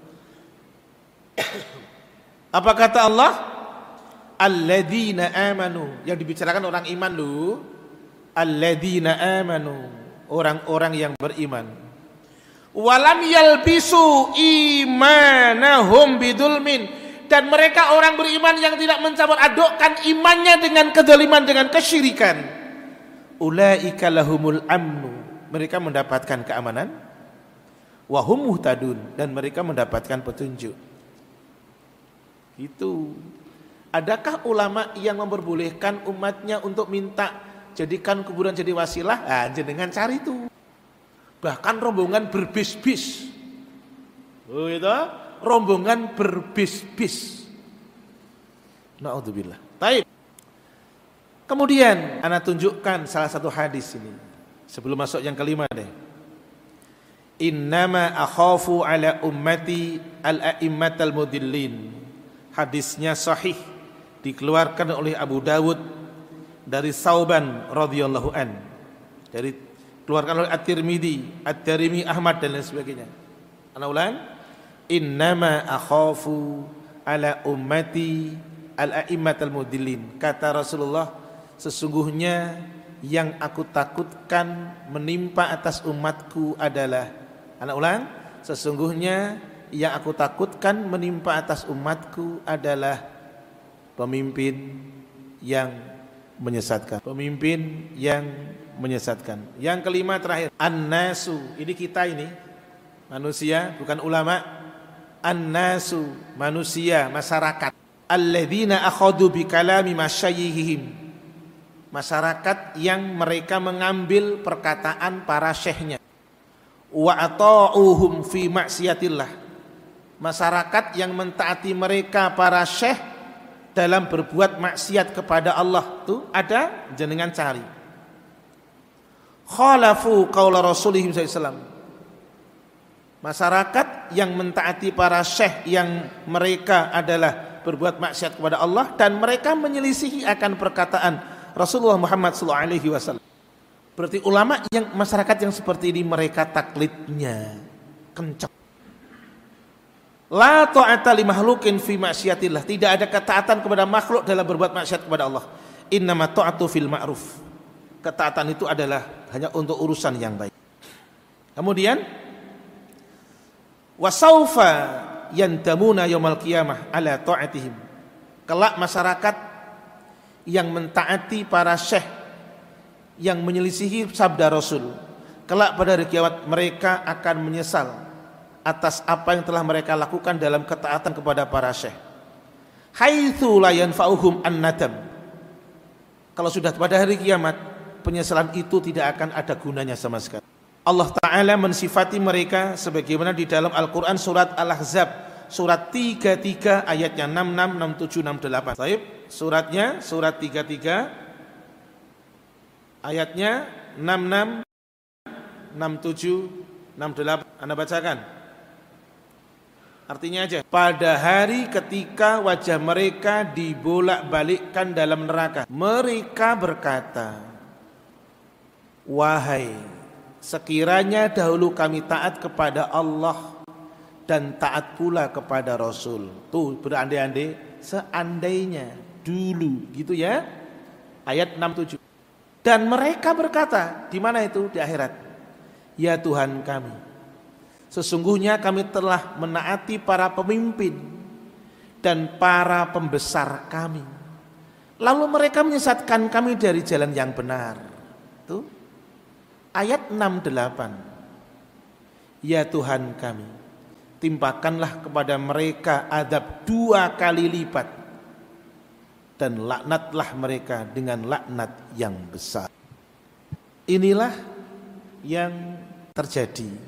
Apa kata Allah? Alladzina amanu, yang dibicarakan orang iman lu. Alladzina amanu, orang-orang yang beriman. Walam yalbisu imanahum bidzulmin, dan mereka orang beriman yang tidak mencampur adukkan imannya dengan kedzaliman, dengan kesyirikan. Ulaika lahumul amnu, mereka mendapatkan keamanan. Wa hum muhtadun, dan mereka mendapatkan petunjuk. Itu. Adakah ulama yang memperbolehkan umatnya untuk minta jadikan kuburan jadi wasilah? Ah, jenengan cari itu. Bahkan rombongan berbis-bis. Oh itu, rombongan berbis-bis. Na'udzubillah. Baik. Kemudian ana tunjukkan salah satu hadis ini. Sebelum masuk yang kelima deh. Innama akhafu ala ummati al-a'immatal mudillin. Hadisnya sahih, dikeluarkan oleh Abu Dawud dari Sauban radhiyallahu an, dari keluarkan oleh At-Tirmidzi, At-Tirmidzi, Ahmad dan lain sebagainya. Ana ulang, innama akhafu ala ummati al-a'immatal mudillin. Kata Rasulullah, sesungguhnya yang aku takutkan menimpa atas umatku adalah, ana ulang, sesungguhnya yang aku takutkan menimpa atas umatku adalah pemimpin yang menyesatkan. Pemimpin yang menyesatkan. Yang kelima terakhir, an-nasu. Ini kita ini, manusia, bukan ulama. An-nasu, manusia, masyarakat. Alladzina akhadhu bi kalami masyayikhihim. Masyarakat yang mereka mengambil perkataan para syekhnya. Wa ata'uhum fi maksiatillah. Masyarakat yang mentaati mereka para syekh dalam berbuat maksiat kepada Allah. Tuh ada, jenengan cari. Khalafu qaula Rasulihim sallallahu. Masyarakat yang mentaati para syekh yang mereka adalah berbuat maksiat kepada Allah dan mereka menyelisihi akan perkataan Rasulullah Muhammad SAW. Berarti ulama yang masyarakat yang seperti ini mereka taklidnya kencang. La ta'ata li makhluqin fi maksiatillah. Tidak ada ketaatan kepada makhluk dalam berbuat maksiat kepada Allah. Innama ta'atu fil ma'ruf. Ketaatan itu adalah hanya untuk urusan yang baik. Kemudian wasaufa yandamuna yaumal qiyamah ala ta'atihim. Kelak masyarakat yang mentaati para syekh yang menyelisihi sabda Rasul, kelak pada hari kiamat mereka akan menyesal atas apa yang telah mereka lakukan dalam ketaatan kepada para syekh. Haitsu la yanfa'uhum an-nadam. Kalau sudah pada hari kiamat, penyesalan itu tidak akan ada gunanya sama sekali. Allah Ta'ala mensifati mereka sebagaimana di dalam Al-Quran surat Al-Ahzab surat 33 ayatnya 66, 67, 68. Baik, suratnya surat 33 ayatnya 66, 67, 68. Anda bacakan. Artinya aja, pada hari ketika wajah mereka dibolak-balikkan dalam neraka, mereka berkata, wahai, sekiranya dahulu kami taat kepada Allah dan taat pula kepada Rasul. Tuh berandai-andai, seandainya dulu gitu ya. Ayat 67. Dan mereka berkata, di mana itu? Di akhirat. Ya Tuhan kami, sesungguhnya kami telah menaati para pemimpin dan para pembesar kami. Lalu mereka menyesatkan kami dari jalan yang benar. Tuh ayat 68. Ya Tuhan kami, timpakanlah kepada mereka adab 2 kali lipat dan laknatlah mereka dengan laknat yang besar. Inilah yang terjadi.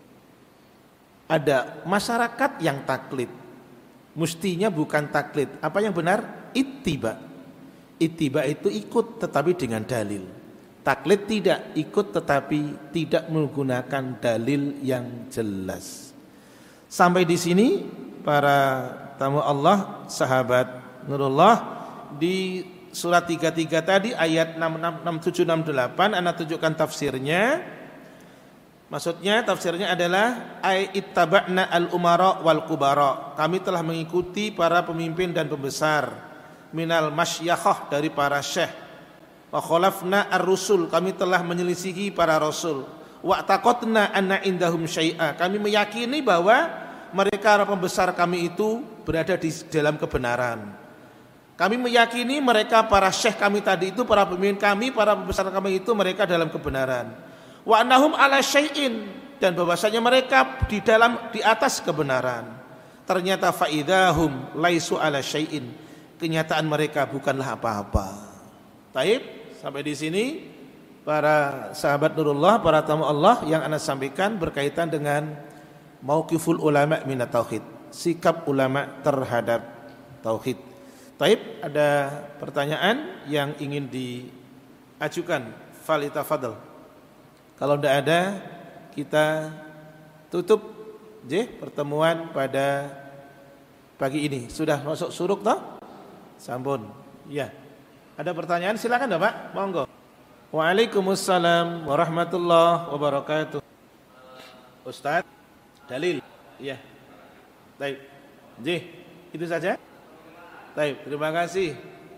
Ada masyarakat yang taklid. Mestinya bukan taklid. Apa yang benar? Ittiba. Ittiba itu ikut tetapi dengan dalil. Taklid tidak, ikut tetapi tidak menggunakan dalil yang jelas. Sampai di sini para tamu Allah, sahabat Nurullah, di surat 33 tadi ayat 66, 67, 68 ana tunjukkan tafsirnya. Maksudnya tafsirnya adalah ay ittaba'na al-umara wal kubara. Kami telah mengikuti para pemimpin dan pembesar minal masyakhah dari para syekh. Wa khalafna ar-rusul, kami telah menyelisihi para rasul. Wa taqatna anna indahum syai'a, kami meyakini bahwa mereka para pembesar kami itu berada di dalam kebenaran. Kami meyakini mereka para syekh kami tadi itu, para pemimpin kami, para pembesar kami itu mereka dalam kebenaran. Wa annahum ala syai'in, dan bahwasanya mereka di atas kebenaran. Ternyata faidahum laisu ala syai'in, kenyataan mereka bukanlah apa-apa. Taib, sampai di sini para sahabat Nurullah, para tamu Allah yang ana sampaikan berkaitan dengan mauqiful ulama minat tauhid, sikap ulama terhadap tauhid. Taib, ada pertanyaan yang ingin diajukan? Falitafadhal. Kalau tidak ada, kita tutup pertemuan pada pagi ini. Sudah masuk suruk toh? Sampun. Ya. Ada pertanyaan? Silakan Bapak. Monggo. Waalaikumsalam warahmatullahi wabarakatuh. Ustaz, dalil. Iya. Baik. Itu saja. Baik, terima kasih.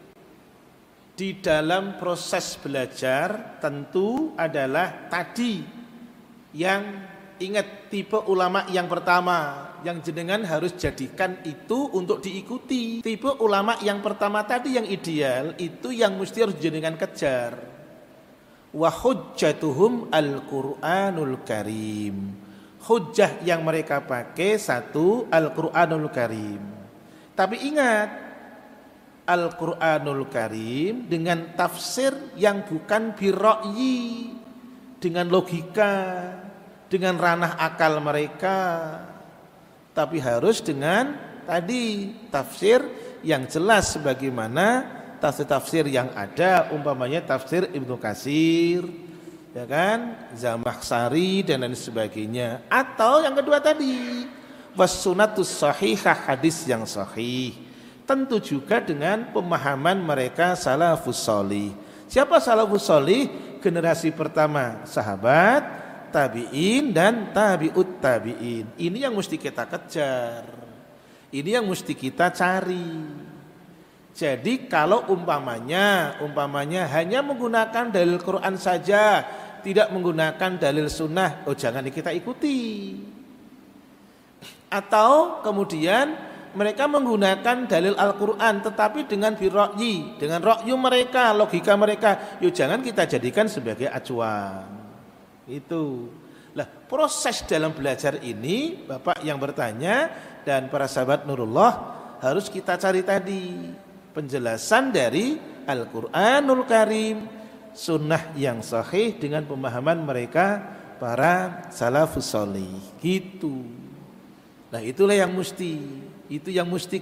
Di dalam proses belajar tentu adalah tadi yang ingat tipe ulama yang pertama yang jenengan harus jadikan itu untuk diikuti. Tipe ulama yang pertama tadi yang ideal, itu yang mesti harus jenengan kejar. Wa hujjatuhum Al-Qur'anul Karim. Hujjah yang mereka pakai satu Al-Qur'anul Karim. Tapi ingat, Al-Qur'anul Karim dengan tafsir yang bukan birra'yi, dengan logika, dengan ranah akal mereka, tapi harus dengan tadi tafsir yang jelas sebagaimana tafsir-tafsir yang ada, umpamanya tafsir Ibnu Katsir, ya kan, Zamakhsyari dan lain sebagainya. Atau yang kedua tadi, was-sunnatus shahihah, hadis yang sahih. Tentu juga dengan pemahaman mereka salafus shalih. Siapa salafus shalih? Generasi pertama sahabat, tabi'in dan tabi'ut tabi'in. Ini yang mesti kita kejar. Ini yang mesti kita cari. Jadi kalau umpamanya hanya menggunakan dalil Quran saja, tidak menggunakan dalil sunnah, jangan kita ikuti. Atau kemudian mereka menggunakan dalil Al-Quran tetapi dengan birra'yi, dengan ra'yu mereka, logika mereka, jangan kita jadikan sebagai acuan. Itu. Lah, proses dalam belajar ini, Bapak yang bertanya dan para sahabat Nurullah, harus kita cari tadi penjelasan dari Al-Qur'anul Karim, sunnah yang sahih dengan pemahaman mereka para salafus shalih. Gitu. Nah, itulah yang mesti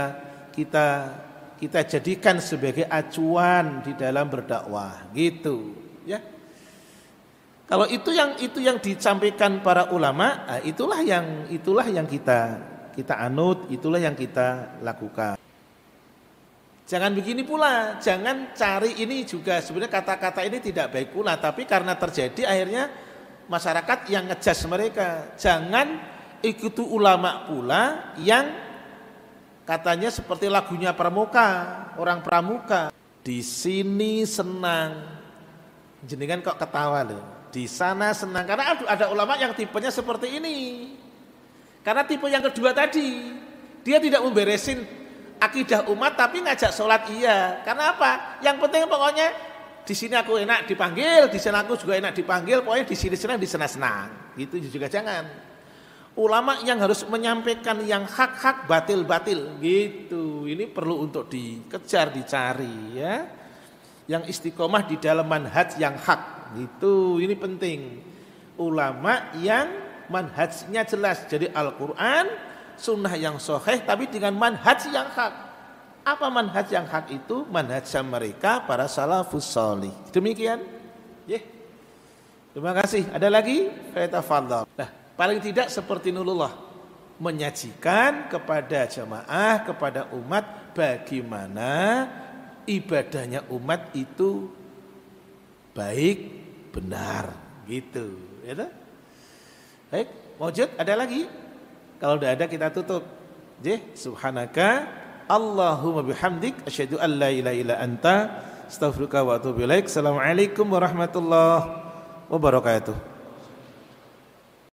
kita jadikan sebagai acuan di dalam berdakwah. Gitu, ya. Kalau itu yang disampaikan para ulama, itulah yang kita anut, itulah yang kita lakukan. Jangan begini pula, jangan cari ini juga, sebenarnya kata-kata ini tidak baik pula, tapi karena terjadi akhirnya masyarakat yang ngejudge mereka. Jangan ikuti ulama pula yang katanya seperti lagunya pramuka, orang pramuka. Di sini senang, jenengan kok ketawa loh. Di sana senang, karena ada ulama yang tipenya seperti ini. Karena tipe yang kedua tadi, dia tidak memberesin akidah umat tapi ngajak sholat iya. Karena apa? Yang penting pokoknya di sini aku enak dipanggil, di sana aku juga enak dipanggil, pokoknya di sini senang, di sana senang. Gitu juga jangan. Ulama yang harus menyampaikan yang hak-hak, batil-batil. Gitu. Ini perlu untuk dikejar, dicari, ya. Yang istiqomah di dalam manhaj yang hak. Itu ini penting. Ulama yang manhajnya jelas, jadi Al-Quran, sunnah yang sahih, tapi dengan manhaj yang hak. Apa manhaj yang hak itu? Manhaj mereka para salafus shalih. Demikian. Terima kasih. Ada lagi? Fayatafadhal. Nah, paling tidak seperti Nurullah menyajikan kepada jamaah, kepada umat bagaimana ibadahnya umat itu baik, benar, gitu, ya. Baik, Maujud, ada lagi? Kalau tidak ada kita tutup. Subhanaka Allahumma bihamdik asyhadu an la ilaha illa anta astaghfiruka wa atubu ilaik. Assalamualaikum warahmatullahi wabarakatuh.